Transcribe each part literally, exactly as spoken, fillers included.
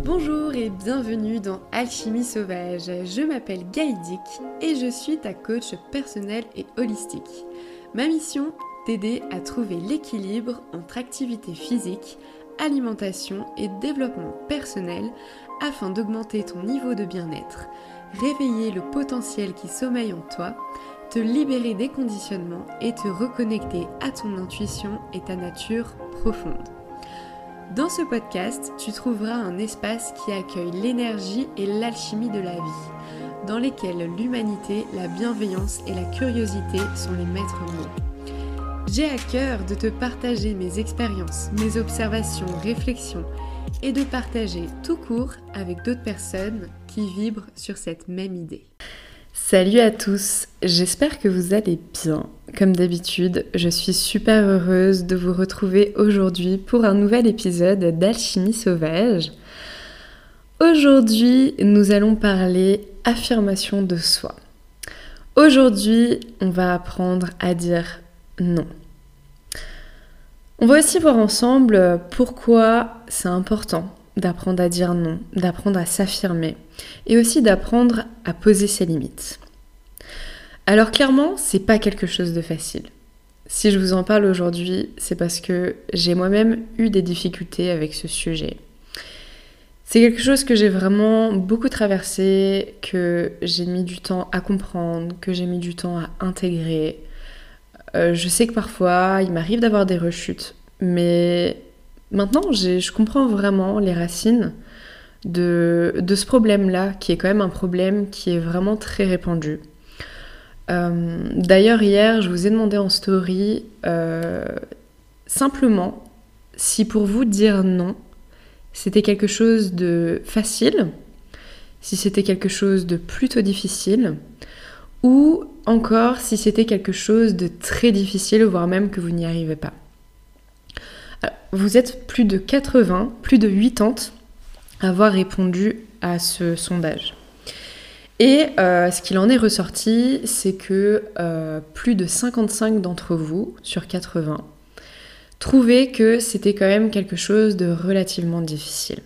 Bonjour et bienvenue dans Alchimie Sauvage. Je m'appelle Gaïdic et je suis ta coach personnelle et holistique. Ma mission, t'aider à trouver l'équilibre entre activité physique, alimentation et développement personnel afin d'augmenter ton niveau de bien-être, réveiller le potentiel qui sommeille en toi, te libérer des conditionnements et te reconnecter à ton intuition et ta nature profonde. Dans ce podcast, tu trouveras un espace qui accueille l'énergie et l'alchimie de la vie, dans lesquels l'humanité, la bienveillance et la curiosité sont les maîtres mots. J'ai à cœur de te partager mes expériences, mes observations, réflexions et de partager tout court avec d'autres personnes qui vibrent sur cette même idée. Salut à tous, j'espère que vous allez bien. Comme d'habitude, je suis super heureuse de vous retrouver aujourd'hui pour un nouvel épisode d'Alchimie Sauvage. Aujourd'hui, nous allons parler affirmation de soi. Aujourd'hui, on va apprendre à dire non. On va aussi voir ensemble pourquoi c'est important d'apprendre à dire non, d'apprendre à s'affirmer et aussi d'apprendre à poser ses limites. Alors clairement, c'est pas quelque chose de facile. Si je vous en parle aujourd'hui, c'est parce que j'ai moi-même eu des difficultés avec ce sujet. C'est quelque chose que j'ai vraiment beaucoup traversé, que j'ai mis du temps à comprendre, que j'ai mis du temps à intégrer. Euh, je sais que parfois, il m'arrive d'avoir des rechutes, mais maintenant, j'ai, je comprends vraiment les racines de, de ce problème-là, qui est quand même un problème qui est vraiment très répandu. Euh, d'ailleurs, hier, je vous ai demandé en story euh, simplement si pour vous dire non, c'était quelque chose de facile, si c'était quelque chose de plutôt difficile, ou encore si c'était quelque chose de très difficile, voire même que vous n'y arrivez pas. Alors, vous êtes plus de quatre-vingts, plus de quatre-vingts à avoir répondu à ce sondage. Et euh, ce qu'il en est ressorti, c'est que euh, plus de cinquante-cinq d'entre vous, sur quatre-vingts, trouvaient que c'était quand même quelque chose de relativement difficile.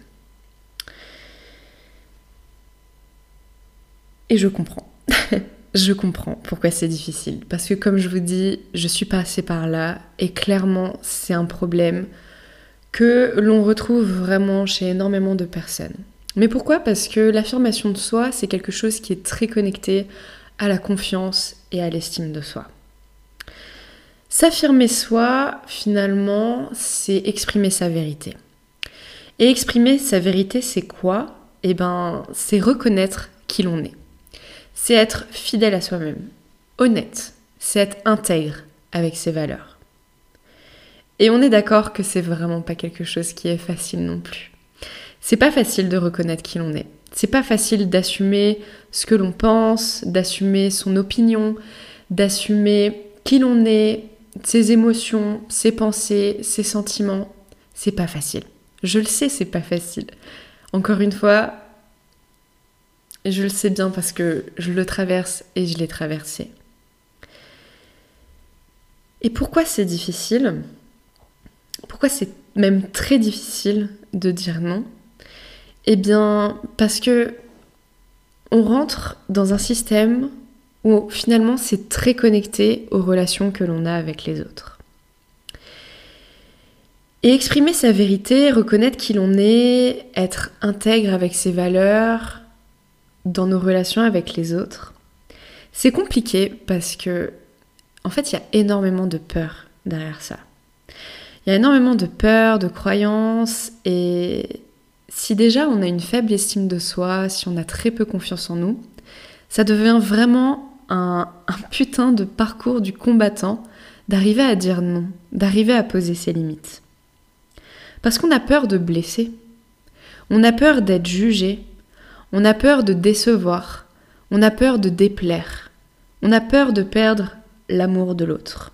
Et je comprends. Je comprends pourquoi c'est difficile. Parce que comme je vous dis, je suis passée par là et clairement, c'est un problème que l'on retrouve vraiment chez énormément de personnes. Mais pourquoi ? Parce que l'affirmation de soi, c'est quelque chose qui est très connecté à la confiance et à l'estime de soi. S'affirmer soi, finalement, c'est exprimer sa vérité. Et exprimer sa vérité, c'est quoi ? Eh ben, c'est reconnaître qui l'on est. C'est être fidèle à soi-même, honnête, c'est être intègre avec ses valeurs. Et on est d'accord que c'est vraiment pas quelque chose qui est facile non plus. C'est pas facile de reconnaître qui l'on est. C'est pas facile d'assumer ce que l'on pense, d'assumer son opinion, d'assumer qui l'on est, ses émotions, ses pensées, ses sentiments. C'est pas facile. Je le sais, c'est pas facile. Encore une fois, je le sais bien parce que je le traverse et je l'ai traversé. Et pourquoi c'est difficile ? Pourquoi c'est même très difficile de dire non ? Eh bien, parce que on rentre dans un système où finalement c'est très connecté aux relations que l'on a avec les autres. Et exprimer sa vérité, reconnaître qui l'on est, être intègre avec ses valeurs dans nos relations avec les autres, c'est compliqué parce que, en fait, il y a énormément de peur derrière ça. Il y a énormément de peur, de croyances et si déjà on a une faible estime de soi, si on a très peu confiance en nous, ça devient vraiment un, un putain de parcours du combattant d'arriver à dire non, d'arriver à poser ses limites. Parce qu'on a peur de blesser, on a peur d'être jugé, on a peur de décevoir, on a peur de déplaire, on a peur de perdre l'amour de l'autre.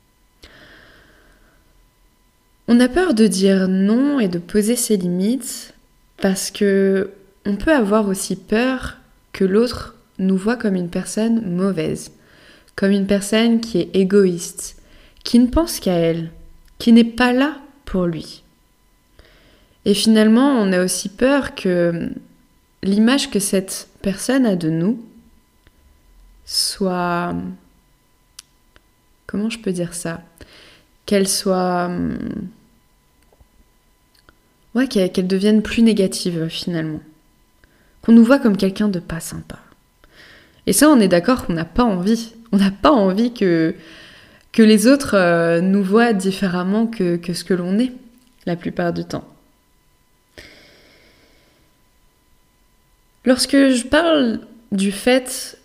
On a peur de dire non et de poser ses limites parce que on peut avoir aussi peur que l'autre nous voit comme une personne mauvaise, comme une personne qui est égoïste, qui ne pense qu'à elle, qui n'est pas là pour lui. Et finalement, on a aussi peur que l'image que cette personne a de nous soit... Comment je peux dire ça ? Qu'elle soit... Ouais, qu'elle, qu'elle devienne plus négative finalement. Qu'on nous voit comme quelqu'un de pas sympa. Et ça, on est d'accord qu'on n'a pas envie. On n'a pas envie que, que les autres euh, nous voient différemment que, que ce que l'on est, la plupart du temps. Lorsque je parle du fait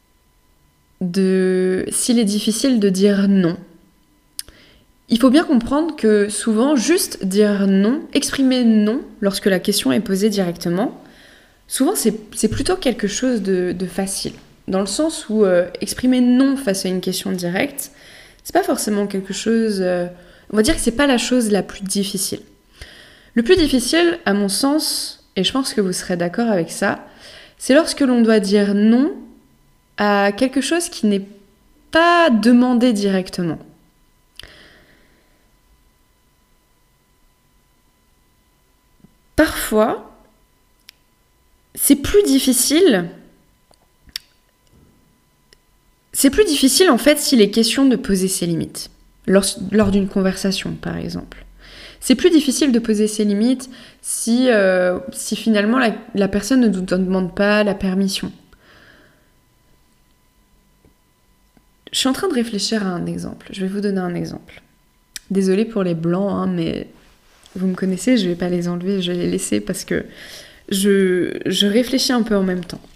de s'il est difficile de dire non, il faut bien comprendre que souvent, juste dire non, exprimer non lorsque la question est posée directement, souvent c'est, c'est plutôt quelque chose de, de facile. Dans le sens où euh, exprimer non face à une question directe, c'est pas forcément quelque chose... Euh, on va dire que c'est pas la chose la plus difficile. Le plus difficile, à mon sens, et je pense que vous serez d'accord avec ça, c'est lorsque l'on doit dire non à quelque chose qui n'est pas demandé directement. Parfois, c'est plus difficile... C'est plus difficile en fait s'il est question de poser ses limites, lors, lors d'une conversation par exemple. C'est plus difficile de poser ses limites si, euh, si finalement la, la personne ne nous demande pas la permission. Je suis en train de réfléchir à un exemple, je vais vous donner un exemple. Désolée pour les blancs, hein, mais vous me connaissez, je vais pas les enlever, je vais les laisser parce que je, je réfléchis un peu en même temps.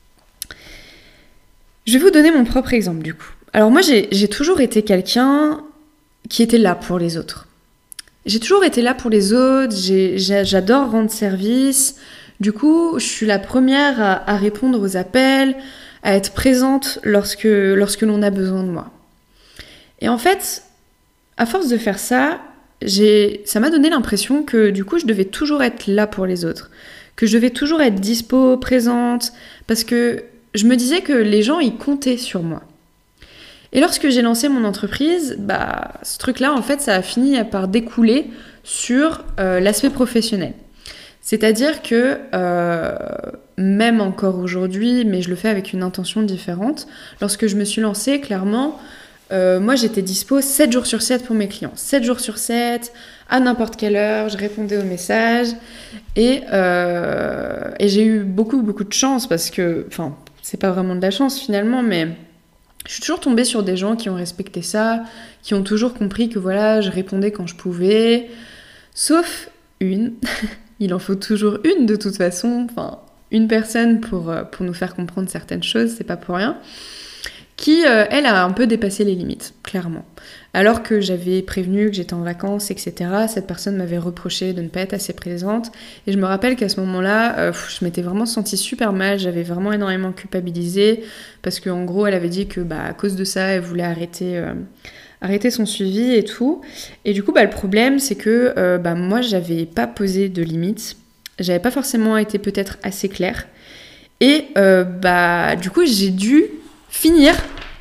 Je vais vous donner mon propre exemple du coup. Alors moi j'ai, j'ai toujours été quelqu'un qui était là pour les autres. J'ai toujours été là pour les autres, j'ai, j'ai, j'adore rendre service. Du coup je suis la première à, à répondre aux appels, à être présente lorsque, lorsque l'on a besoin de moi. Et en fait, à force de faire ça, j'ai, ça m'a donné l'impression que du coup je devais toujours être là pour les autres. Que je devais toujours être dispo, présente, parce que je me disais que les gens, ils comptaient sur moi. Et lorsque j'ai lancé mon entreprise, bah, ce truc-là, en fait, ça a fini par découler sur euh, l'aspect professionnel. C'est-à-dire que, euh, même encore aujourd'hui, mais je le fais avec une intention différente, lorsque je me suis lancée, clairement, euh, moi, j'étais dispo sept jours sur sept pour mes clients. sept jours sur sept, à n'importe quelle heure, je répondais aux messages. Et, euh, et j'ai eu beaucoup, beaucoup de chance parce que... Enfin, c'est pas vraiment de la chance finalement, mais je suis toujours tombée sur des gens qui ont respecté ça, qui ont toujours compris que voilà, je répondais quand je pouvais, sauf une, il en faut toujours une de toute façon, enfin une personne pour, pour nous faire comprendre certaines choses, c'est pas pour rien, qui, euh, elle, a un peu dépassé les limites, clairement. Alors que j'avais prévenu que j'étais en vacances, et cetera, cette personne m'avait reproché de ne pas être assez présente. Et je me rappelle qu'à ce moment-là, euh, je m'étais vraiment sentie super mal, j'avais vraiment énormément culpabilisé, parce qu'en gros, elle avait dit que bah, à cause de ça, elle voulait arrêter, euh, arrêter son suivi et tout. Et du coup, bah, le problème, c'est que euh, bah, moi, j'avais pas posé de limites, j'avais pas forcément été peut-être assez claire. Et euh, bah, du coup, j'ai dû finir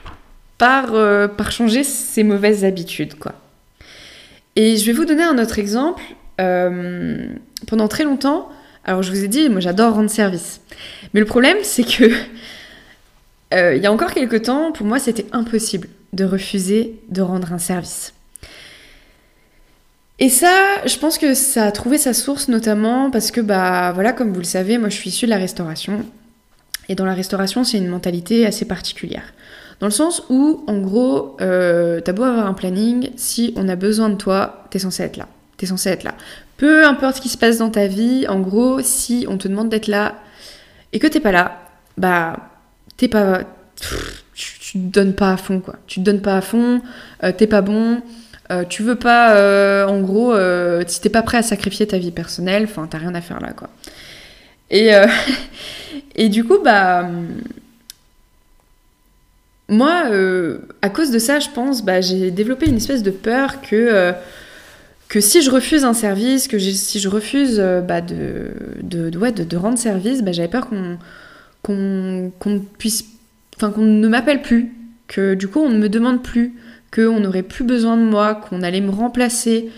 par, euh, par changer ses mauvaises habitudes, quoi. Et je vais vous donner un autre exemple. Euh, pendant très longtemps, alors je vous ai dit, moi j'adore rendre service. Mais le problème, c'est que euh, il y a encore quelques temps, pour moi, c'était impossible de refuser de rendre un service. Et ça, je pense que ça a trouvé sa source notamment parce que, bah, voilà, comme vous le savez, moi je suis issue de la restauration. Et dans la restauration, c'est une mentalité assez particulière. Dans le sens où, en gros, euh, t'as beau avoir un planning, si on a besoin de toi, t'es censé être là. T'es censé être là. Peu importe ce qui se passe dans ta vie, en gros, si on te demande d'être là et que t'es pas là, bah, t'es pas... Pff, tu, tu te donnes pas à fond, quoi. Tu te donnes pas à fond, euh, t'es pas bon, euh, tu veux pas, euh, en gros, euh, si t'es pas prêt à sacrifier ta vie personnelle, enfin, t'as rien à faire là, quoi. Et, euh, et du coup, bah... Moi, euh, à cause de ça, je pense, bah, j'ai développé une espèce de peur que, euh, que si je refuse un service, que j'ai, si je refuse euh, bah, de, de, de, ouais, de, de rendre service, bah, j'avais peur qu'on, qu'on, qu'on puisse, enfin, qu'on ne m'appelle plus, que du coup on ne me demande plus, qu'on n'aurait plus besoin de moi, qu'on allait me remplacer,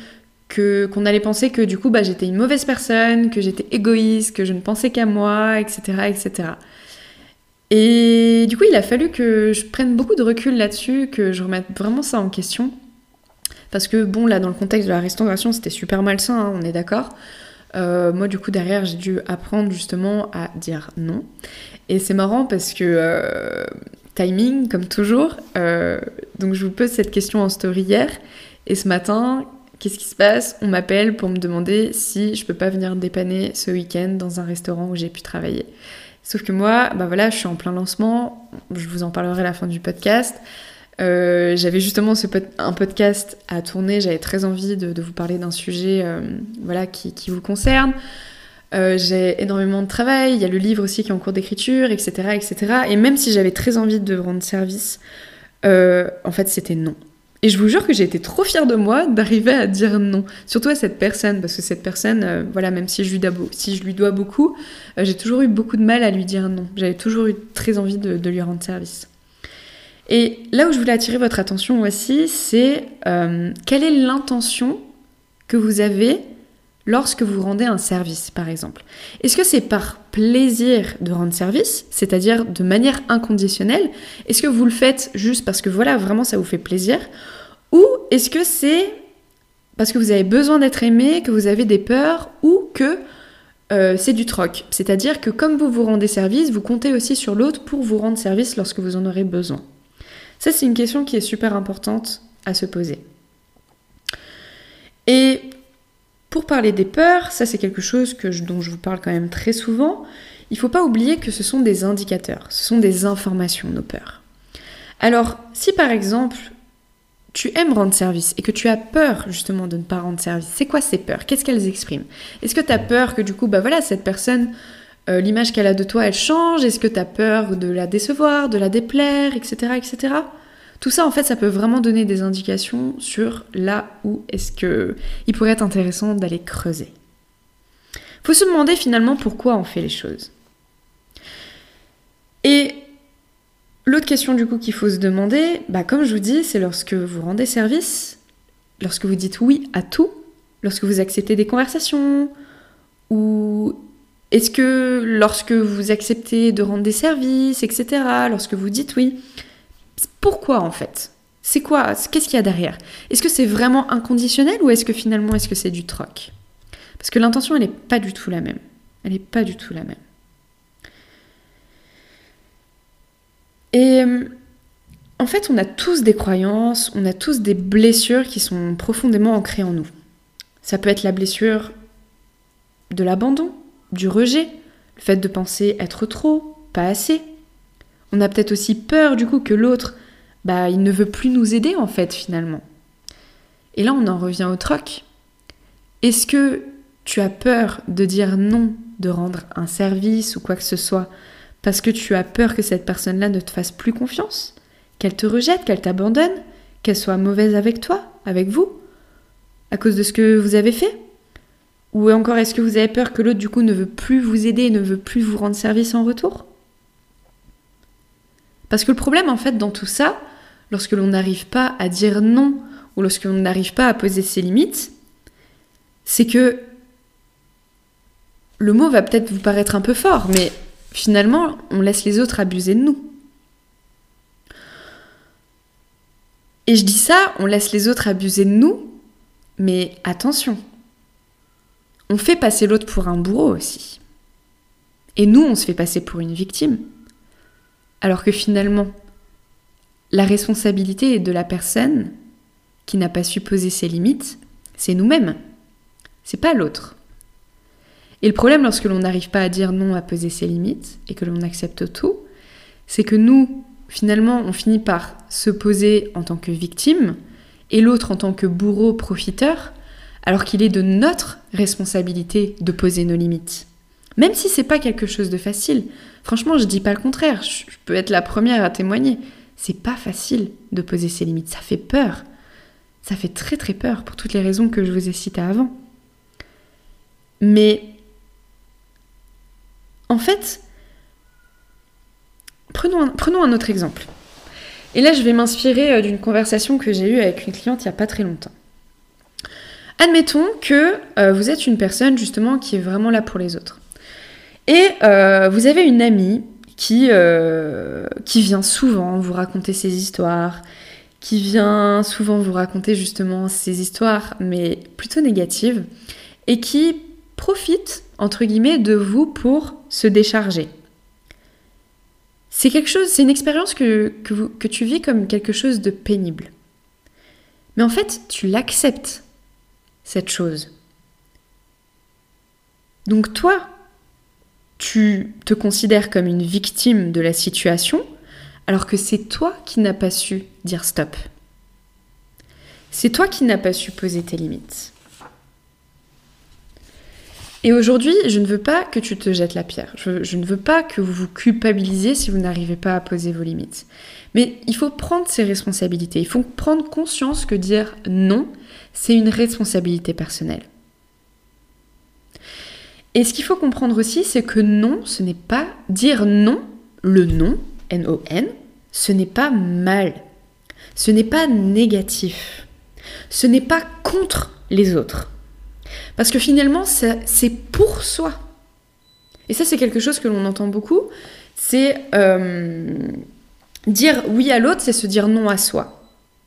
que, qu'on allait penser que du coup bah, j'étais une mauvaise personne, que j'étais égoïste, que je ne pensais qu'à moi, et cetera, et cetera. Et du coup, il a fallu que je prenne beaucoup de recul là-dessus, que je remette vraiment ça en question. Parce que bon, là, dans le contexte de la restauration, c'était super malsain, hein, on est d'accord. Euh, moi, du coup, derrière, j'ai dû apprendre justement à dire non. Et c'est marrant parce que... Euh, timing, comme toujours. Euh, donc, je vous pose cette question en story hier. Et ce matin, qu'est-ce qui se passe ? On m'appelle pour me demander si je peux pas venir dépanner ce week-end dans un restaurant où j'ai pu travailler. Sauf que moi, bah voilà, je suis en plein lancement. Je vous en parlerai à la fin du podcast. Euh, j'avais justement ce pod- un podcast à tourner. J'avais très envie de, de vous parler d'un sujet euh, voilà, qui, qui vous concerne. Euh, j'ai énormément de travail. Il y a le livre aussi qui est en cours d'écriture, et cetera, et cetera. Et même si j'avais très envie de rendre service, euh, en fait, c'était non. Et je vous jure que j'ai été trop fière de moi d'arriver à dire non. Surtout à cette personne, parce que cette personne, euh, voilà, même si je lui dois, si je lui dois beaucoup, euh, j'ai toujours eu beaucoup de mal à lui dire non. J'avais toujours eu très envie de, de lui rendre service. Et là où je voulais attirer votre attention aussi, c'est euh, quelle est l'intention que vous avez lorsque vous rendez un service, par exemple. Est-ce que c'est par plaisir de rendre service, c'est-à-dire de manière inconditionnelle ? Est-ce que vous le faites juste parce que voilà, vraiment ça vous fait plaisir ? Ou est-ce que c'est parce que vous avez besoin d'être aimé, que vous avez des peurs, ou que euh, c'est du troc ? C'est-à-dire que comme vous vous rendez service, vous comptez aussi sur l'autre pour vous rendre service lorsque vous en aurez besoin. Ça, c'est une question qui est super importante à se poser. Et pour parler des peurs, ça c'est quelque chose que je, dont je vous parle quand même très souvent, il ne faut pas oublier que ce sont des indicateurs, ce sont des informations, nos peurs. Alors, si par exemple, tu aimes rendre service et que tu as peur justement de ne pas rendre service, c'est quoi ces peurs ? Qu'est-ce qu'elles expriment ? Est-ce que tu as peur que du coup, bah voilà, cette personne, euh, l'image qu'elle a de toi, elle change ? Est-ce que tu as peur de la décevoir, de la déplaire, et cetera, et cetera ? Tout ça, en fait, ça peut vraiment donner des indications sur là où est-ce que il pourrait être intéressant d'aller creuser. Il faut se demander finalement pourquoi on fait les choses. Et l'autre question du coup qu'il faut se demander, bah, comme je vous dis, c'est lorsque vous rendez service, lorsque vous dites oui à tout, lorsque vous acceptez des conversations, ou est-ce que lorsque vous acceptez de rendre des services, et cetera, lorsque vous dites oui, pourquoi en fait ? C'est quoi ? Qu'est-ce qu'il y a derrière ? Est-ce que c'est vraiment inconditionnel ou est-ce que finalement est-ce que c'est du troc ? Parce que l'intention elle n'est pas du tout la même. Elle n'est pas du tout la même. Et en fait on a tous des croyances, on a tous des blessures qui sont profondément ancrées en nous. Ça peut être la blessure de l'abandon, du rejet, le fait de penser être trop, pas assez. On a peut-être aussi peur du coup que l'autre, bah, il ne veut plus nous aider en fait finalement. Et là on en revient au troc. Est-ce que tu as peur de dire non, de rendre un service ou quoi que ce soit, parce que tu as peur que cette personne-là ne te fasse plus confiance, qu'elle te rejette, qu'elle t'abandonne, qu'elle soit mauvaise avec toi, avec vous, à cause de ce que vous avez fait ? Ou encore est-ce que vous avez peur que l'autre du coup ne veut plus vous aider, ne veut plus vous rendre service en retour ? Parce que le problème, en fait, dans tout ça, lorsque l'on n'arrive pas à dire non, ou lorsque l'on n'arrive pas à poser ses limites, c'est que le mot va peut-être vous paraître un peu fort, mais finalement, on laisse les autres abuser de nous. Et je dis ça, on laisse les autres abuser de nous, mais attention, on fait passer l'autre pour un bourreau aussi. Et nous, on se fait passer pour une victime. Alors que finalement, la responsabilité est de la personne qui n'a pas su poser ses limites, c'est nous-mêmes, c'est pas l'autre. Et le problème lorsque l'on n'arrive pas à dire non, à poser ses limites, et que l'on accepte tout, c'est que nous, finalement, on finit par se poser en tant que victime, et l'autre en tant que bourreau profiteur, alors qu'il est de notre responsabilité de poser nos limites. Même si c'est pas quelque chose de facile. Franchement, je dis pas le contraire. Je peux être la première à témoigner. C'est pas facile de poser ses limites. Ça fait peur. Ça fait très très peur pour toutes les raisons que je vous ai citées avant. Mais en fait, prenons un, prenons un autre exemple. Et là, je vais m'inspirer d'une conversation que j'ai eue avec une cliente il y a pas très longtemps. Admettons que euh, vous êtes une personne justement qui est vraiment là pour les autres. Et euh, vous avez une amie qui, euh, qui vient souvent vous raconter ses histoires, qui vient souvent vous raconter justement ses histoires, mais plutôt négatives, et qui profite, entre guillemets, de vous pour se décharger. C'est quelque chose, c'est une expérience que, que, vous, que tu vis comme quelque chose de pénible. Mais en fait, tu l'acceptes, cette chose. Donc toi, tu te considères comme une victime de la situation, alors que c'est toi qui n'as pas su dire stop. C'est toi qui n'as pas su poser tes limites. Et aujourd'hui, je ne veux pas que tu te jettes la pierre. Je, je ne veux pas que vous vous culpabilisiez si vous n'arrivez pas à poser vos limites. Mais il faut prendre ses responsabilités. Il faut prendre conscience que dire non, c'est une responsabilité personnelle. Et ce qu'il faut comprendre aussi, c'est que non, ce n'est pas dire non, le non, N O N, ce n'est pas mal. Ce n'est pas négatif. Ce n'est pas contre les autres. Parce que finalement, ça, c'est pour soi. Et ça, c'est quelque chose que l'on entend beaucoup. C'est euh, dire oui à l'autre, c'est se dire non à soi.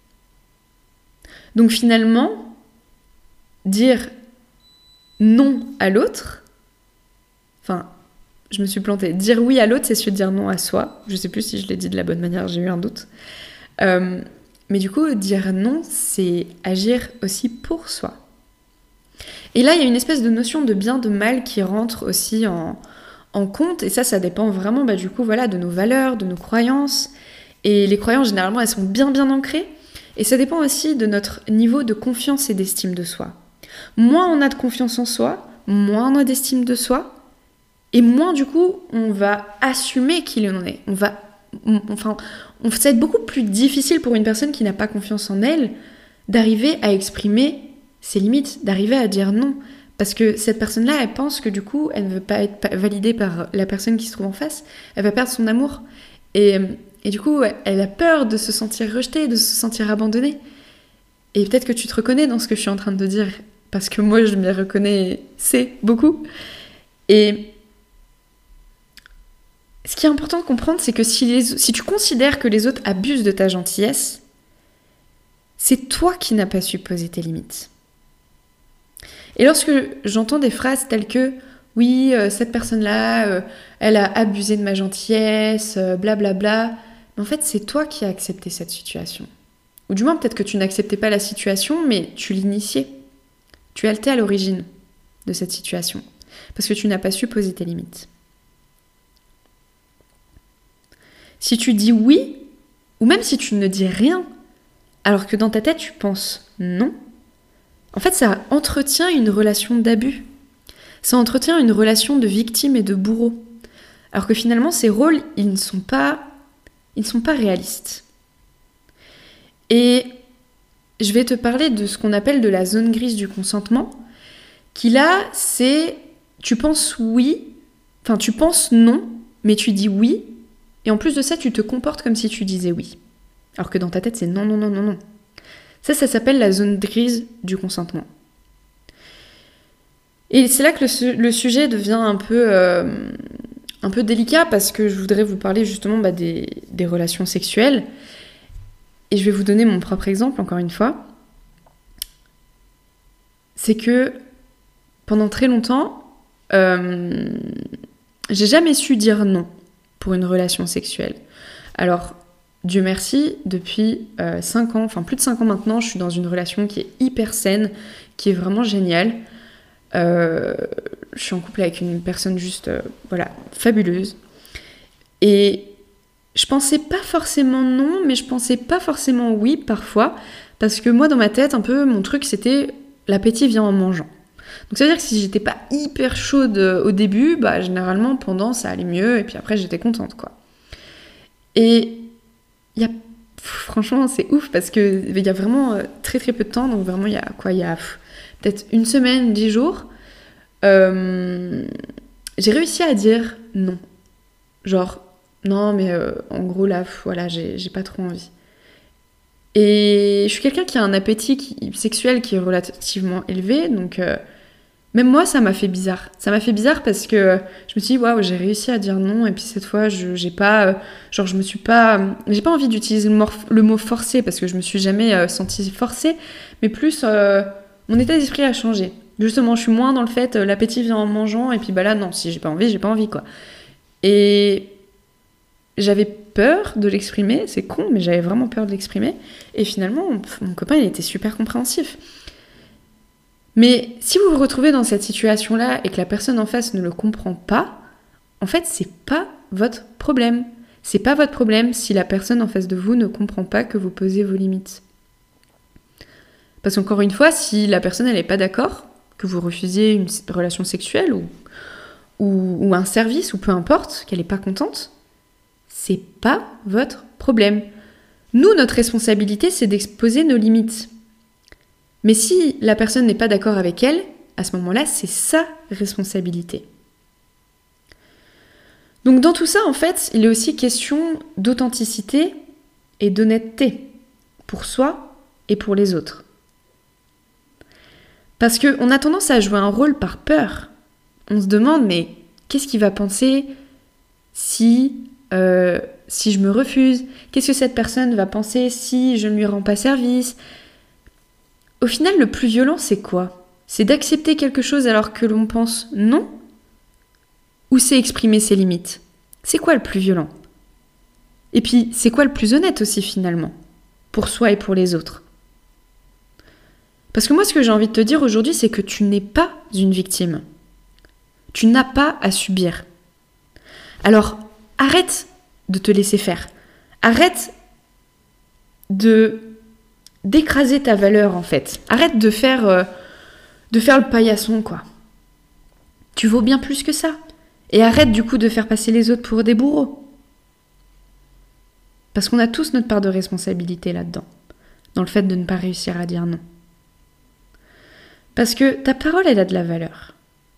Donc finalement, dire non à l'autre, enfin, je me suis plantée. Dire oui à l'autre, c'est se dire non à soi. Je ne sais plus si je l'ai dit de la bonne manière, j'ai eu un doute. Euh, mais du coup, dire non, c'est agir aussi pour soi. Et là, il y a une espèce de notion de bien, de mal qui rentre aussi en, en compte. Et ça, ça dépend vraiment bah, du coup, voilà, de nos valeurs, de nos croyances. Et les croyances, généralement, elles sont bien, bien ancrées. Et ça dépend aussi de notre niveau de confiance et d'estime de soi. Moins on a de confiance en soi, moins on a d'estime de soi. Et moins, du coup, on va assumer qui l'on est. On va, on, enfin, on, ça va être beaucoup plus difficile pour une personne qui n'a pas confiance en elle d'arriver à exprimer ses limites, d'arriver à dire non. Parce que cette personne-là, elle pense que du coup, elle ne veut pas être validée par la personne qui se trouve en face. Elle va perdre son amour. Et, et du coup, elle a peur de se sentir rejetée, de se sentir abandonnée. Et peut-être que tu te reconnais dans ce que je suis en train de te dire. Parce que moi, je m'y reconnais, c'est beaucoup. Et ce qui est important de comprendre, c'est que si, les, si tu considères que les autres abusent de ta gentillesse, c'est toi qui n'as pas su poser tes limites. Et lorsque j'entends des phrases telles que « oui, euh, cette personne-là, euh, elle a abusé de ma gentillesse, euh, blablabla », mais en fait, c'est toi qui as accepté cette situation. Ou du moins, peut-être que tu n'acceptais pas la situation, mais tu l'initiais. Tu étais à l'origine de cette situation, parce que tu n'as pas su poser tes limites. Si tu dis oui, ou même si tu ne dis rien, alors que dans ta tête, tu penses non, en fait, ça entretient une relation d'abus. Ça entretient une relation de victime et de bourreau. Alors que finalement, ces rôles, ils ne sont pas, ils ne sont pas réalistes. Et je vais te parler de ce qu'on appelle de la zone grise du consentement, qui là, c'est tu penses oui, enfin tu penses non, mais tu dis oui, et en plus de ça, tu te comportes comme si tu disais oui. Alors que dans ta tête, c'est non, non, non, non, non. Ça, ça s'appelle la zone grise du consentement. Et c'est là que le, le sujet devient un peu, euh, un peu délicat, parce que je voudrais vous parler justement bah, des, des relations sexuelles. Et je vais vous donner mon propre exemple, encore une fois. C'est que pendant très longtemps, euh, j'ai jamais su dire non pour une relation sexuelle. Alors, Dieu merci, depuis euh, cinq ans, enfin plus de cinq ans maintenant, je suis dans une relation qui est hyper saine, qui est vraiment géniale. Euh, je suis en couple avec une personne juste, euh, voilà, fabuleuse. Et je pensais pas forcément non, mais je pensais pas forcément oui parfois, parce que moi dans ma tête, un peu, mon truc c'était l'appétit vient en mangeant. Donc ça veut dire que si j'étais pas hyper chaude au début, bah généralement pendant ça allait mieux, et puis après j'étais contente quoi. Et il y a, franchement c'est ouf, parce que il y a vraiment très très peu de temps, donc vraiment il y a quoi, il y a pff, peut-être une semaine, dix jours, euh, j'ai réussi à dire non. Genre, non mais euh, en gros là, pff, voilà, j'ai, j'ai pas trop envie. Et je suis quelqu'un qui a un appétit qui, sexuel qui est relativement élevé, donc euh, même moi, ça m'a fait bizarre. Ça m'a fait bizarre parce que je me suis dit, waouh, j'ai réussi à dire non, et puis cette fois, je, j'ai pas, euh, genre, je me suis pas, j'ai pas envie d'utiliser le, morf- le mot forcé parce que je me suis jamais euh, sentie forcée, mais plus, euh, mon état d'esprit a changé. Justement, je suis moins dans le fait, euh, l'appétit vient en mangeant, et puis bah là, non, si j'ai pas envie, j'ai pas envie, quoi. Et j'avais peur de l'exprimer, c'est con, mais j'avais vraiment peur de l'exprimer, et finalement, mon, mon copain, il était super compréhensif. Mais si vous vous retrouvez dans cette situation-là et que la personne en face ne le comprend pas, en fait, c'est pas votre problème. C'est pas votre problème si la personne en face de vous ne comprend pas que vous posez vos limites. Parce qu'encore une fois, si la personne elle n'est pas d'accord, que vous refusiez une relation sexuelle ou, ou, ou un service, ou peu importe, qu'elle n'est pas contente, c'est pas votre problème. Nous, notre responsabilité, c'est d'exposer nos limites. Mais si la personne n'est pas d'accord avec elle, à ce moment-là, c'est sa responsabilité. Donc dans tout ça, en fait, il est aussi question d'authenticité et d'honnêteté pour soi et pour les autres. Parce qu'on a tendance à jouer un rôle par peur. On se demande, mais qu'est-ce qu'il va penser si, euh, si je me refuse ? Qu'est-ce que cette personne va penser si je ne lui rends pas service ? Au final, le plus violent, c'est quoi ? C'est d'accepter quelque chose alors que l'on pense non ? Ou c'est exprimer ses limites ? C'est quoi le plus violent ? Et puis, c'est quoi le plus honnête aussi finalement ? Pour soi et pour les autres. Parce que moi, ce que j'ai envie de te dire aujourd'hui, c'est que tu n'es pas une victime. Tu n'as pas à subir. Alors, arrête de te laisser faire. Arrête de... d'écraser ta valeur en fait. Arrête de faire, euh, de faire le paillasson quoi. Tu vaux bien plus que ça. Et arrête du coup de faire passer les autres pour des bourreaux. Parce qu'on a tous notre part de responsabilité là-dedans. Dans le fait de ne pas réussir à dire non. Parce que ta parole elle a de la valeur.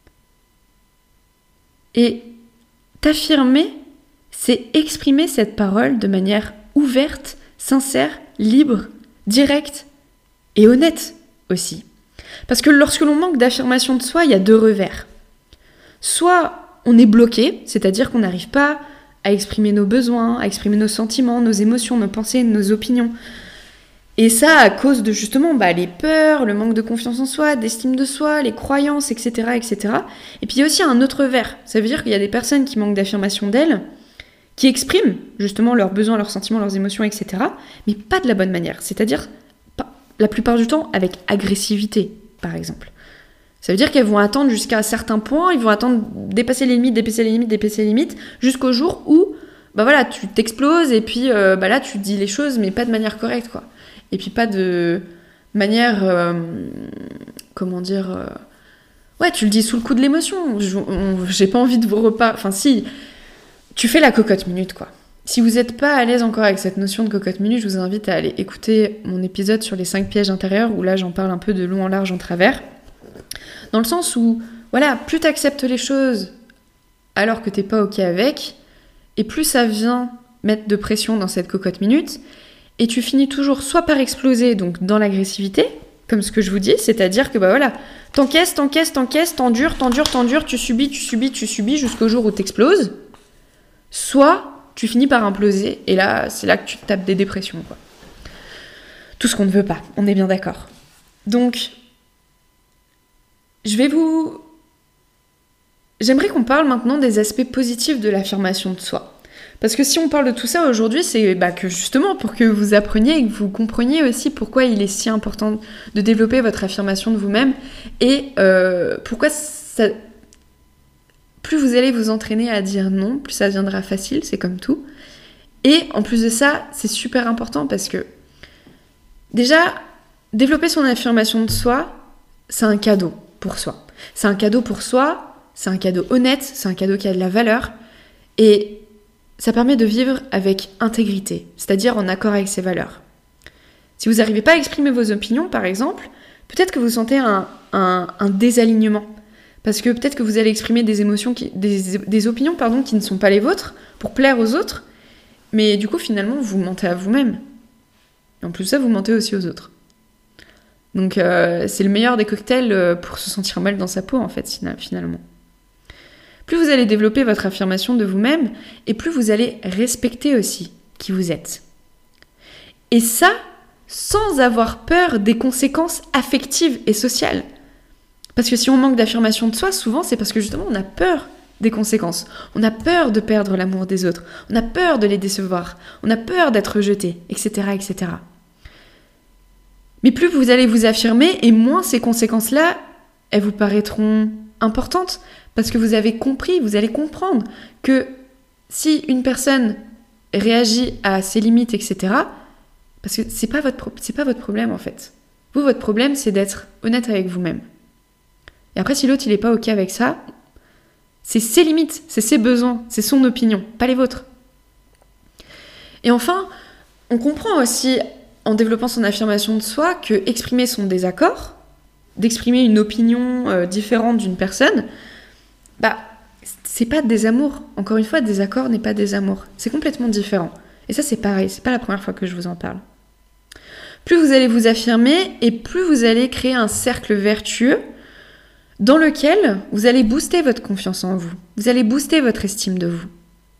Et t'affirmer, c'est exprimer cette parole de manière ouverte, sincère, libre, directe et honnête aussi. Parce que lorsque l'on manque d'affirmation de soi, il y a deux revers. Soit on est bloqué, c'est-à-dire qu'on n'arrive pas à exprimer nos besoins, à exprimer nos sentiments, nos émotions, nos pensées, nos opinions. Et ça à cause de justement bah, les peurs, le manque de confiance en soi, d'estime de soi, les croyances, et cetera, et cetera. Et puis il y a aussi un autre revers. Ça veut dire qu'il y a des personnes qui manquent d'affirmation d'elles, qui expriment justement leurs besoins, leurs sentiments, leurs émotions, et cetera, mais pas de la bonne manière. C'est-à-dire, pas, la plupart du temps, avec agressivité, par exemple. Ça veut dire qu'elles vont attendre jusqu'à un certain point, ils vont attendre dépasser les limites, dépasser les limites, dépasser les limites, jusqu'au jour où, bah voilà, tu t'exploses et puis euh, bah là, tu dis les choses, mais pas de manière correcte, quoi. Et puis pas de manière, euh, comment dire, euh, ouais, tu le dis sous le coup de l'émotion. Je, on, j'ai pas envie de vous reparler, enfin si, tu fais la cocotte minute, quoi. Si vous n'êtes pas à l'aise encore avec cette notion de cocotte minute, je vous invite à aller écouter mon épisode sur les cinq pièges intérieurs, où là, j'en parle un peu de long en large en travers. Dans le sens où, voilà, plus t'acceptes les choses alors que t'es pas ok avec, et plus ça vient mettre de pression dans cette cocotte minute, et tu finis toujours soit par exploser, donc dans l'agressivité, comme ce que je vous dis, c'est-à-dire que bah voilà, t'encaisses, t'encaisses, t'encaisses, t'endures, t'endures, t'endures, tu subis, tu subis, tu subis, jusqu'au jour où t'exploses, soit tu finis par imploser, et là, c'est là que tu te tapes des dépressions, quoi. Tout ce qu'on ne veut pas, on est bien d'accord. Donc, je vais vous... J'aimerais qu'on parle maintenant des aspects positifs de l'affirmation de soi. Parce que si on parle de tout ça aujourd'hui, c'est bah, que justement pour que vous appreniez et que vous compreniez aussi pourquoi il est si important de développer votre affirmation de vous-même et euh, pourquoi ça... plus vous allez vous entraîner à dire non, plus ça viendra facile, c'est comme tout. Et en plus de ça, c'est super important parce que déjà, développer son affirmation de soi, c'est un cadeau pour soi. C'est un cadeau pour soi, c'est un cadeau honnête, c'est un cadeau qui a de la valeur et ça permet de vivre avec intégrité, c'est-à-dire en accord avec ses valeurs. Si vous n'arrivez pas à exprimer vos opinions, par exemple, peut-être que vous sentez un, un, un désalignement. Parce que peut-être que vous allez exprimer des émotions, qui, des, des opinions pardon, qui ne sont pas les vôtres, pour plaire aux autres, mais du coup, finalement, vous mentez à vous-même. Et en plus de ça, vous mentez aussi aux autres. Donc euh, c'est le meilleur des cocktails pour se sentir mal dans sa peau, en fait, finalement. Plus vous allez développer votre affirmation de vous-même, et plus vous allez respecter aussi qui vous êtes. Et ça, sans avoir peur des conséquences affectives et sociales. Parce que si on manque d'affirmation de soi, souvent c'est parce que justement on a peur des conséquences. On a peur de perdre l'amour des autres. On a peur de les décevoir. On a peur d'être rejeté, et cetera, et cetera. Mais plus vous allez vous affirmer, et moins ces conséquences-là, elles vous paraîtront importantes. Parce que vous avez compris, vous allez comprendre que si une personne réagit à ses limites, et cetera, parce que c'est pas votre pro- c'est pas votre problème en fait. Vous, votre problème, c'est d'être honnête avec vous-même. Et après, si l'autre il est pas ok avec ça, c'est ses limites, c'est ses besoins, c'est son opinion, pas les vôtres. Et enfin, on comprend aussi en développant son affirmation de soi que exprimer son désaccord, d'exprimer une opinion euh, différente d'une personne, bah c'est pas désamour. Encore une fois, désaccord n'est pas désamour. C'est complètement différent. Et ça, c'est pareil, c'est pas la première fois que je vous en parle. Plus vous allez vous affirmer et plus vous allez créer un cercle vertueux dans lequel vous allez booster votre confiance en vous. Vous allez booster votre estime de vous.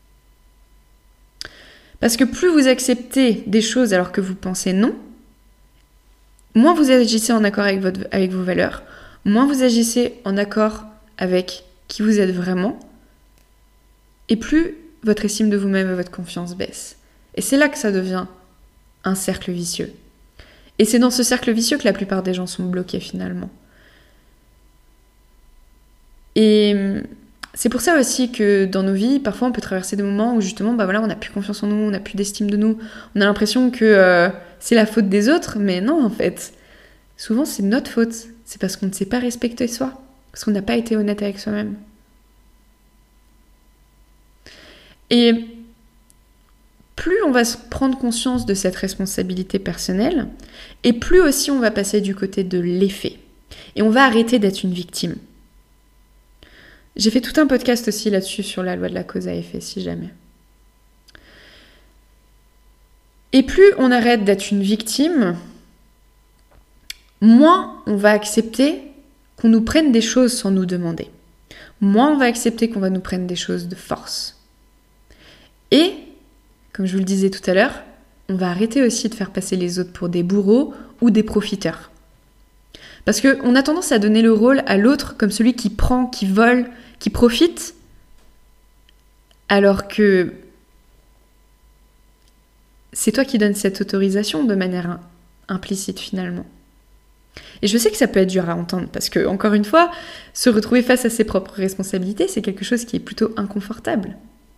Parce que plus vous acceptez des choses alors que vous pensez non, moins vous agissez en accord avec, votre, avec vos valeurs, moins vous agissez en accord avec qui vous êtes vraiment, et plus votre estime de vous-même et votre confiance baisse. Et c'est là que ça devient un cercle vicieux. Et c'est dans ce cercle vicieux que la plupart des gens sont bloqués finalement. Et c'est pour ça aussi que dans nos vies, parfois on peut traverser des moments où justement, bah voilà, on n'a plus confiance en nous, on n'a plus d'estime de nous, on a l'impression que euh, c'est la faute des autres, mais non en fait. Souvent c'est notre faute, c'est parce qu'on ne sait pas respecter soi, parce qu'on n'a pas été honnête avec soi-même. Et plus on va prendre conscience de cette responsabilité personnelle, et plus aussi on va passer du côté de l'effet. Et on va arrêter d'être une victime. J'ai fait tout un podcast aussi là-dessus sur la loi de la cause à effet, si jamais. Et plus on arrête d'être une victime, moins on va accepter qu'on nous prenne des choses sans nous demander. Moins on va accepter qu'on va nous prendre des choses de force. Et, comme je vous le disais tout à l'heure, on va arrêter aussi de faire passer les autres pour des bourreaux ou des profiteurs. Parce qu'on a tendance à donner le rôle à l'autre comme celui qui prend, qui vole, qui profite, alors que c'est toi qui donnes cette autorisation de manière implicite finalement. Et je sais que ça peut être dur à entendre, parce que, encore une fois, se retrouver face à ses propres responsabilités, c'est quelque chose qui est plutôt inconfortable.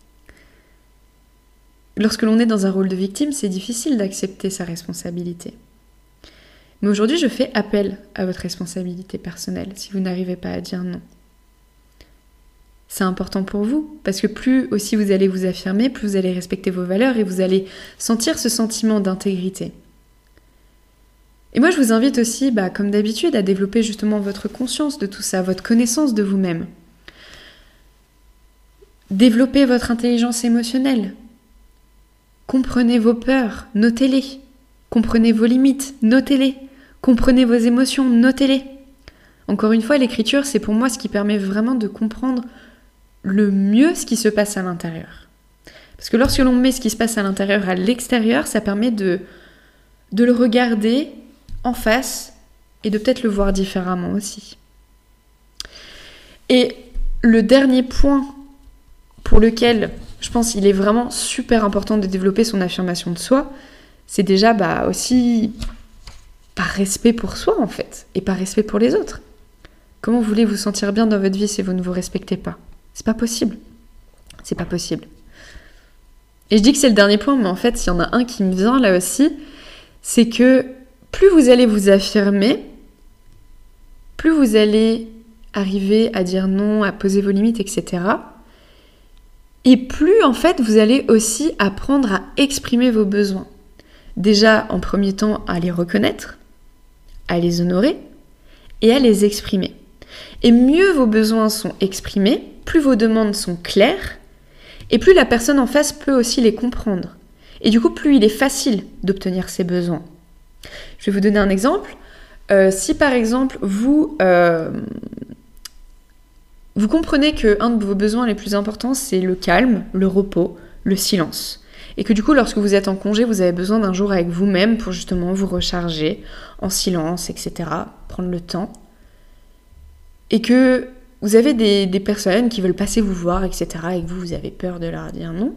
Lorsque l'on est dans un rôle de victime, c'est difficile d'accepter sa responsabilité. Mais aujourd'hui, je fais appel à votre responsabilité personnelle, si vous n'arrivez pas à dire non. C'est important pour vous, parce que plus aussi vous allez vous affirmer, plus vous allez respecter vos valeurs et vous allez sentir ce sentiment d'intégrité. Et moi, je vous invite aussi, bah, comme d'habitude, à développer justement votre conscience de tout ça, votre connaissance de vous-même. Développez votre intelligence émotionnelle. Comprenez vos peurs, notez-les. Comprenez vos limites, notez-les. Comprenez vos émotions, notez-les. Encore une fois, l'écriture, c'est pour moi ce qui permet vraiment de comprendre le mieux ce qui se passe à l'intérieur. Parce que lorsque l'on met ce qui se passe à l'intérieur à l'extérieur, ça permet de, de le regarder en face et de peut-être le voir différemment aussi. Et le dernier point pour lequel je pense qu'il est vraiment super important de développer son affirmation de soi, c'est déjà bah, aussi par respect pour soi en fait, et par respect pour les autres. Comment vous voulez vous sentir bien dans votre vie si vous ne vous respectez pas ? C'est pas possible. C'est pas possible. Et je dis que c'est le dernier point, mais en fait, s'il y en a un qui me vient là aussi, c'est que plus vous allez vous affirmer, plus vous allez arriver à dire non, à poser vos limites, et cetera. Et plus, en fait, vous allez aussi apprendre à exprimer vos besoins. Déjà, en premier temps, à les reconnaître, à les honorer et à les exprimer. Et mieux vos besoins sont exprimés, plus vos demandes sont claires, et plus la personne en face peut aussi les comprendre. Et du coup, plus il est facile d'obtenir ses besoins. Je vais vous donner un exemple. Euh, si par exemple, vous, euh, vous comprenez qu'un de vos besoins les plus importants, c'est le calme, le repos, le silence. Et que du coup, lorsque vous êtes en congé, vous avez besoin d'un jour avec vous-même pour justement vous recharger en silence, et cetera. Prendre le temps. Et que vous avez des, des personnes qui veulent passer vous voir, et cetera. Et que vous, vous avez peur de leur dire non.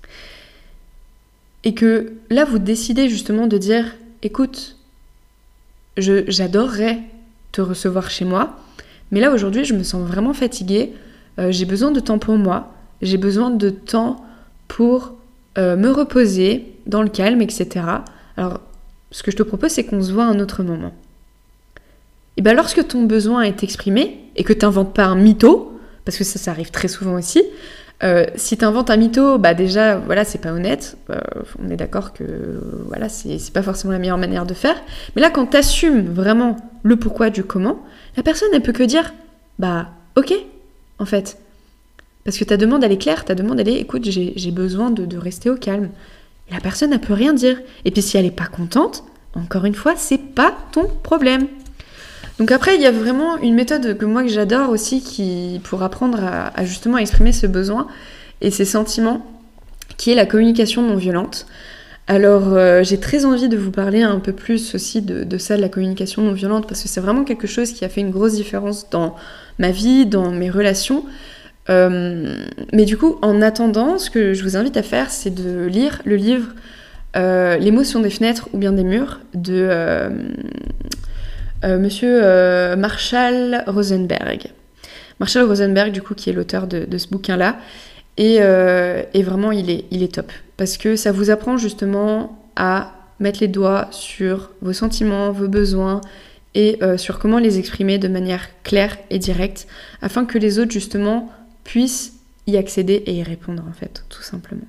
Et que là, vous décidez justement de dire, écoute, je, j'adorerais te recevoir chez moi, mais là, aujourd'hui, je me sens vraiment fatiguée. Euh, j'ai besoin de temps pour moi. J'ai besoin de temps pour euh, me reposer dans le calme, et cetera. Alors, ce que je te propose, c'est qu'on se voit à un autre moment. Et bien, lorsque ton besoin est exprimé, et que tu n'inventes pas un mytho, parce que ça, ça arrive très souvent aussi, euh, si tu inventes un mytho, bah déjà, voilà, c'est pas honnête. Euh, on est d'accord que euh, voilà, c'est, c'est pas forcément la meilleure manière de faire. Mais là, quand tu assumes vraiment le pourquoi du comment, la personne, elle peut que dire, bah, ok, en fait. Parce que ta demande, elle est claire, ta demande, elle est, écoute, j'ai, j'ai besoin de, de rester au calme. Et la personne, elle peut rien dire. Et puis si elle est pas contente, encore une fois, c'est pas ton problème. Donc après, il y a vraiment une méthode que moi que j'adore aussi qui, pour apprendre à, à justement exprimer ce besoin et ces sentiments, qui est la communication non violente. Alors euh, j'ai très envie de vous parler un peu plus aussi de, de ça, de la communication non violente, parce que c'est vraiment quelque chose qui a fait une grosse différence dans ma vie, dans mes relations. Euh, mais du coup, en attendant, ce que je vous invite à faire, c'est de lire le livre euh, « Les mots sont des fenêtres ou bien des murs » de... Euh, Euh, monsieur euh, Marshall Rosenberg. Marshall Rosenberg, du coup, qui est l'auteur de, de ce bouquin-là. Et, euh, et vraiment, il est, il est top. Parce que ça vous apprend justement à mettre les doigts sur vos sentiments, vos besoins, et euh, sur comment les exprimer de manière claire et directe, afin que les autres, justement, puissent y accéder et y répondre, en fait, tout simplement.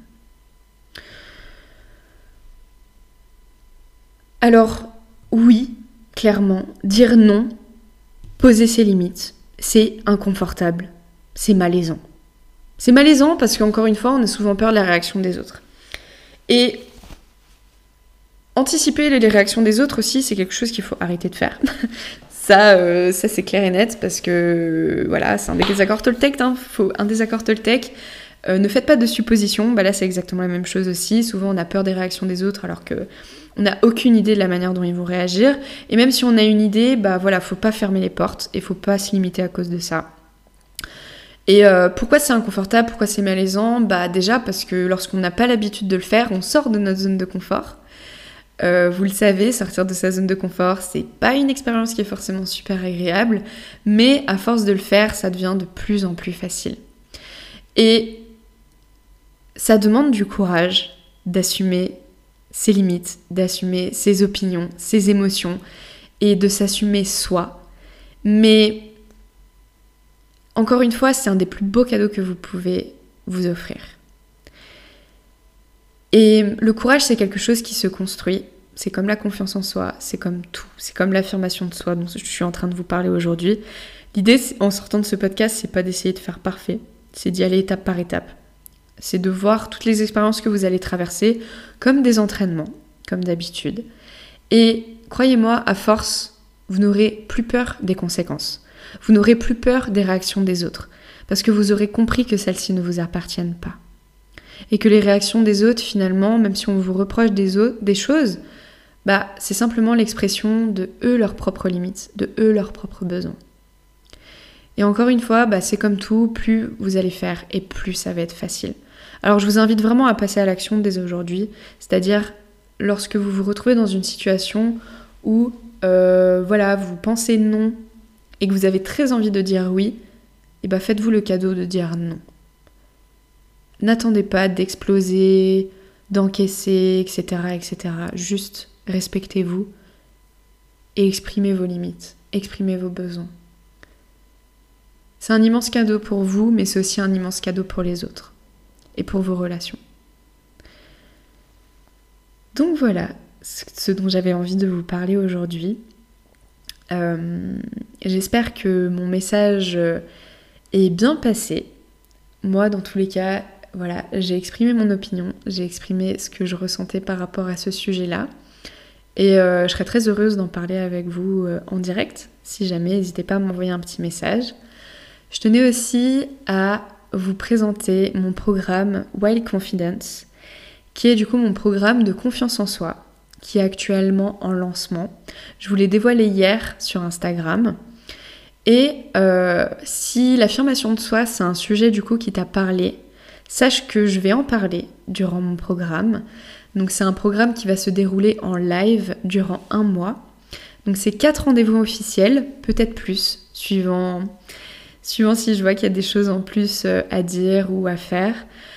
Alors, oui, clairement, dire non, poser ses limites, c'est inconfortable, c'est malaisant. C'est malaisant parce qu'encore une fois, on a souvent peur de la réaction des autres. Et anticiper les réactions des autres aussi, c'est quelque chose qu'il faut arrêter de faire. ça, euh, ça c'est clair et net parce que voilà, c'est un désaccord Toltec, hein, faut un désaccord Toltec. Euh, ne faites pas de suppositions, bah là c'est exactement la même chose aussi. Souvent on a peur des réactions des autres alors que on n'a aucune idée de la manière dont ils vont réagir. Et même si on a une idée, bah voilà, faut pas fermer les portes et faut pas se limiter à cause de ça. Et euh, pourquoi c'est inconfortable, pourquoi c'est malaisant ? Bah déjà parce que lorsqu'on n'a pas l'habitude de le faire, on sort de notre zone de confort. Euh, vous le savez, sortir de sa zone de confort, c'est pas une expérience qui est forcément super agréable, mais à force de le faire, ça devient de plus en plus facile. Et ça demande du courage d'assumer ses limites, d'assumer ses opinions, ses émotions et de s'assumer soi. Mais encore une fois, c'est un des plus beaux cadeaux que vous pouvez vous offrir. Et le courage, c'est quelque chose qui se construit. C'est comme la confiance en soi, c'est comme tout. C'est comme l'affirmation de soi dont je suis en train de vous parler aujourd'hui. L'idée, en sortant de ce podcast, c'est pas d'essayer de faire parfait. C'est d'y aller étape par étape. C'est de voir toutes les expériences que vous allez traverser comme des entraînements, comme d'habitude. Et croyez-moi, à force, vous n'aurez plus peur des conséquences. Vous n'aurez plus peur des réactions des autres. Parce que vous aurez compris que celles-ci ne vous appartiennent pas. Et que les réactions des autres, finalement, même si on vous reproche des, autres, des choses, bah, c'est simplement l'expression de eux leurs propres limites, de eux leurs propres besoins. Et encore une fois, bah, c'est comme tout, plus vous allez faire et plus ça va être facile. Alors je vous invite vraiment à passer à l'action dès aujourd'hui, c'est-à-dire lorsque vous vous retrouvez dans une situation où euh, voilà, vous pensez non et que vous avez très envie de dire oui, et bah faites-vous le cadeau de dire non. N'attendez pas d'exploser, d'encaisser, et cetera, et cetera. Juste respectez-vous et exprimez vos limites, exprimez vos besoins. C'est un immense cadeau pour vous, mais c'est aussi un immense cadeau pour les autres et pour vos relations. Donc voilà ce dont j'avais envie de vous parler aujourd'hui. Euh, j'espère que mon message est bien passé. Moi, dans tous les cas, voilà, j'ai exprimé mon opinion, j'ai exprimé ce que je ressentais par rapport à ce sujet-là. Et euh, je serais très heureuse d'en parler avec vous euh, en direct. Si jamais, n'hésitez pas à m'envoyer un petit message. Je tenais aussi à vous présenter mon programme Wild Confidence, qui est du coup mon programme de confiance en soi, qui est actuellement en lancement. Je vous l'ai dévoilé hier sur Instagram. Et euh, si l'affirmation de soi, c'est un sujet du coup qui t'a parlé, sache que je vais en parler durant mon programme. Donc c'est un programme qui va se dérouler en live durant un mois. Donc c'est quatre rendez-vous officiels, peut-être plus, suivant, suivant si je vois qu'il y a des choses en plus à dire ou à faire.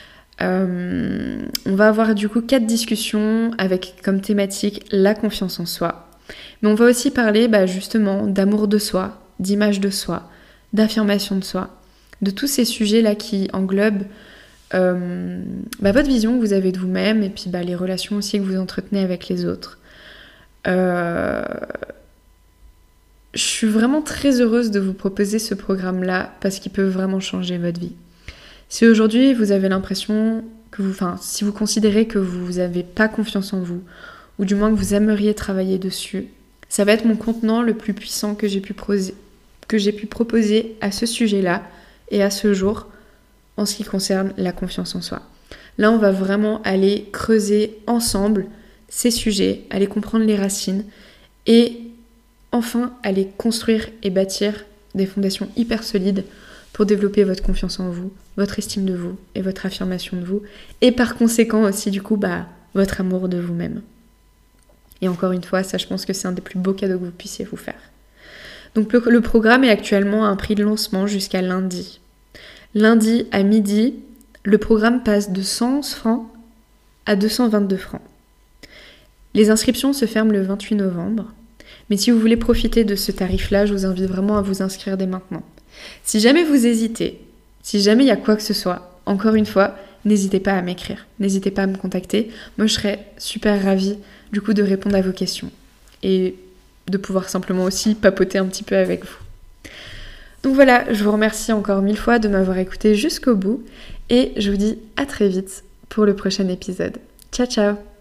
Euh, on va avoir du coup quatre discussions avec comme thématique la confiance en soi. Mais on va aussi parler bah, justement d'amour de soi, d'image de soi, d'affirmation de soi, de tous ces sujets-là qui englobent euh, bah, votre vision que vous avez de vous-même et puis bah, les relations aussi que vous entretenez avec les autres. Euh... Je suis vraiment très heureuse de vous proposer ce programme-là parce qu'il peut vraiment changer votre vie. Si aujourd'hui vous avez l'impression que vous, enfin, si vous considérez que vous n'avez pas confiance en vous, ou du moins que vous aimeriez travailler dessus, ça va être mon contenant le plus puissant que j'ai pu, proser, que j'ai pu proposer à ce sujet-là et à ce jour en ce qui concerne la confiance en soi. Là, on va vraiment aller creuser ensemble ces sujets, aller comprendre les racines et enfin aller construire et bâtir des fondations hyper solides pour développer votre confiance en vous, votre estime de vous et votre affirmation de vous, et par conséquent aussi du coup bah, votre amour de vous-même. Et encore une fois, ça je pense que c'est un des plus beaux cadeaux que vous puissiez vous faire. Donc le, le programme est actuellement à un prix de lancement jusqu'à lundi. Lundi à midi, le programme passe de cent onze francs à deux cent vingt-deux francs. Les inscriptions se ferment le vingt-huit novembre, mais si vous voulez profiter de ce tarif-là, je vous invite vraiment à vous inscrire dès maintenant. Si jamais vous hésitez, si jamais il y a quoi que ce soit, encore une fois, n'hésitez pas à m'écrire, n'hésitez pas à me contacter. Moi, je serais super ravie du coup de répondre à vos questions et de pouvoir simplement aussi papoter un petit peu avec vous. Donc voilà, je vous remercie encore mille fois de m'avoir écouté jusqu'au bout et je vous dis à très vite pour le prochain épisode. Ciao ciao!